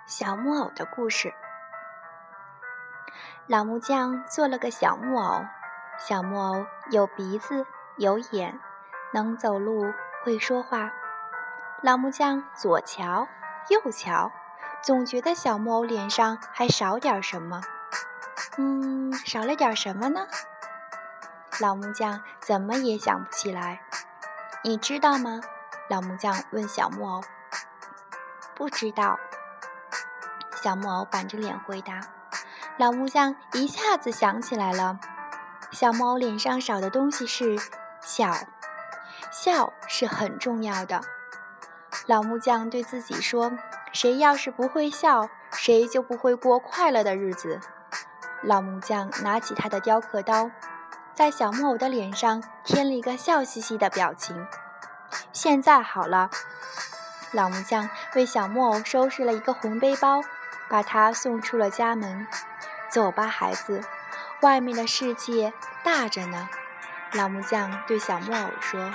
小木偶的故事。老木匠做了个小木偶，小木偶有鼻子有眼，能走路会说话。老木匠左瞧右瞧，总觉得小木偶脸上还少点什么。少了点什么呢？老木匠怎么也想不起来。你知道吗？老木匠问小木偶。不知道。小木偶板着脸回答。老木匠一下子想起来了，小木偶脸上少的东西是笑，笑是很重要的。老木匠对自己说，谁要是不会笑，谁就不会过快乐的日子。老木匠拿起他的雕刻刀，在小木偶的脸上贴了一个笑嘻嘻的表情。现在好了。老木匠为小木偶收拾了一个红背包，把他送出了家门。走吧，孩子，外面的世界大着呢。老木匠对小木偶说。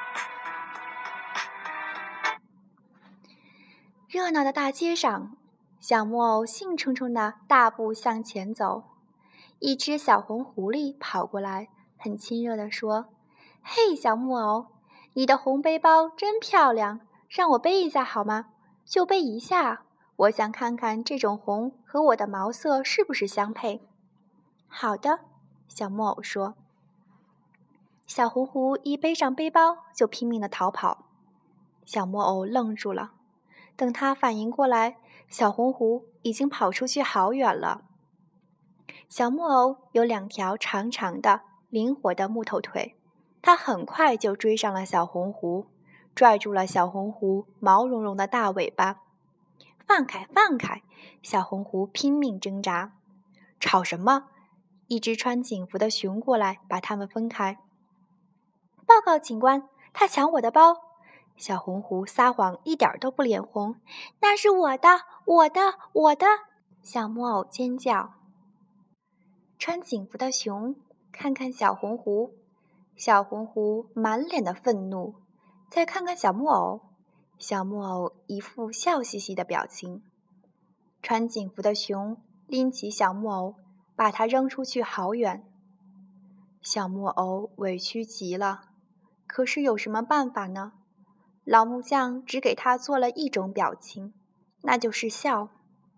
热闹的大街上，小木偶兴冲冲地大步向前走。一只小红狐狸跑过来，很亲热地说：嘿，小木偶，你的红背包真漂亮，让我背一下好吗？就背一下，我想看看这种红和我的毛色是不是相配。好的，小木偶说。小红狐一背上背包就拼命地逃跑。小木偶愣住了，等他反应过来，小红狐已经跑出去好远了。小木偶有两条长长的灵活的木头腿，他很快就追上了小红狐，拽住了小红狐毛茸茸的大尾巴。放开放开，小红狐拼命挣扎。吵什么？一只穿警服的熊过来把他们分开。报告警官，他抢我的包。小红狐撒谎一点都不脸红。那是我的，我的，我的！小木偶尖叫。穿警服的熊看看小红狐，小红狐满脸的愤怒，再看看小木偶，小木偶一副笑嘻嘻的表情。穿警服的熊拎起小木偶，把它扔出去好远。小木偶委屈极了，可是有什么办法呢？老木匠只给他做了一种表情，那就是笑。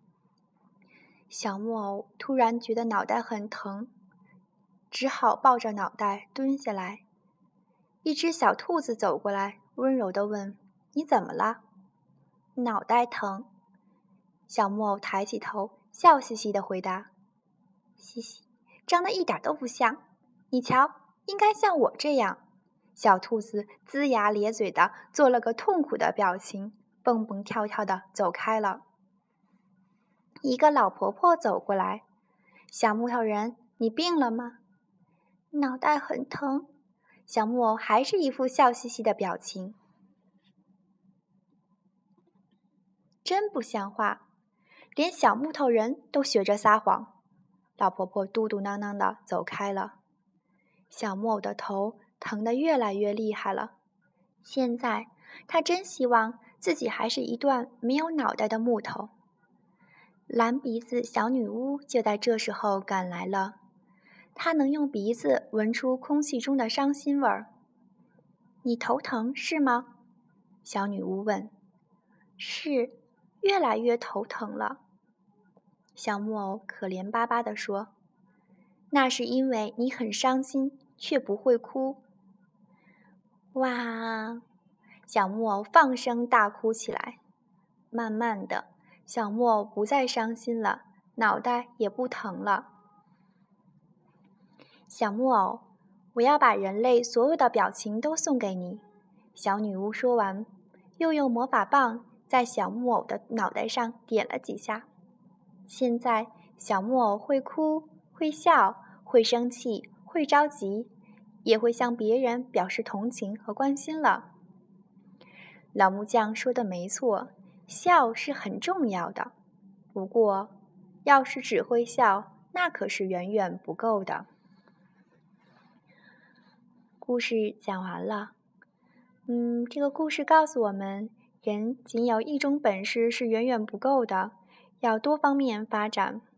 小木偶突然觉得脑袋很疼，只好抱着脑袋蹲下来。一只小兔子走过来，温柔地问：你怎么了？脑袋疼。小木偶抬起头，笑嘻嘻地回答：嘻嘻，长得一点都不像。你瞧，应该像我这样。小兔子龇牙咧嘴地做了个痛苦的表情，蹦蹦跳跳地走开了。一个老婆婆走过来：小木头人，你病了吗？脑袋很疼。小木偶还是一副笑嘻嘻的表情。真不像话，连小木头人都学着撒谎。老婆婆嘟嘟囔囔地走开了。小木偶的头疼得越来越厉害了。现在他真希望自己还是一段没有脑袋的木头。蓝鼻子小女巫就在这时候赶来了。她能用鼻子闻出空气中的伤心味儿。你头疼是吗？小女巫问。是，越来越头疼了。小木偶可怜巴巴地说。那是因为你很伤心，却不会哭。哇！小木偶放声大哭起来。慢慢的，小木偶不再伤心了，脑袋也不疼了。小木偶，我要把人类所有的表情都送给你。小女巫说完，又用魔法棒在小木偶的脑袋上点了几下。现在，小木偶会哭，会笑，会生气，会着急，也会向别人表示同情和关心了。老木匠说的没错，笑是很重要的。不过，要是只会笑，那可是远远不够的。故事讲完了。这个故事告诉我们，人仅有一种本事是远远不够的， 要多方面发展。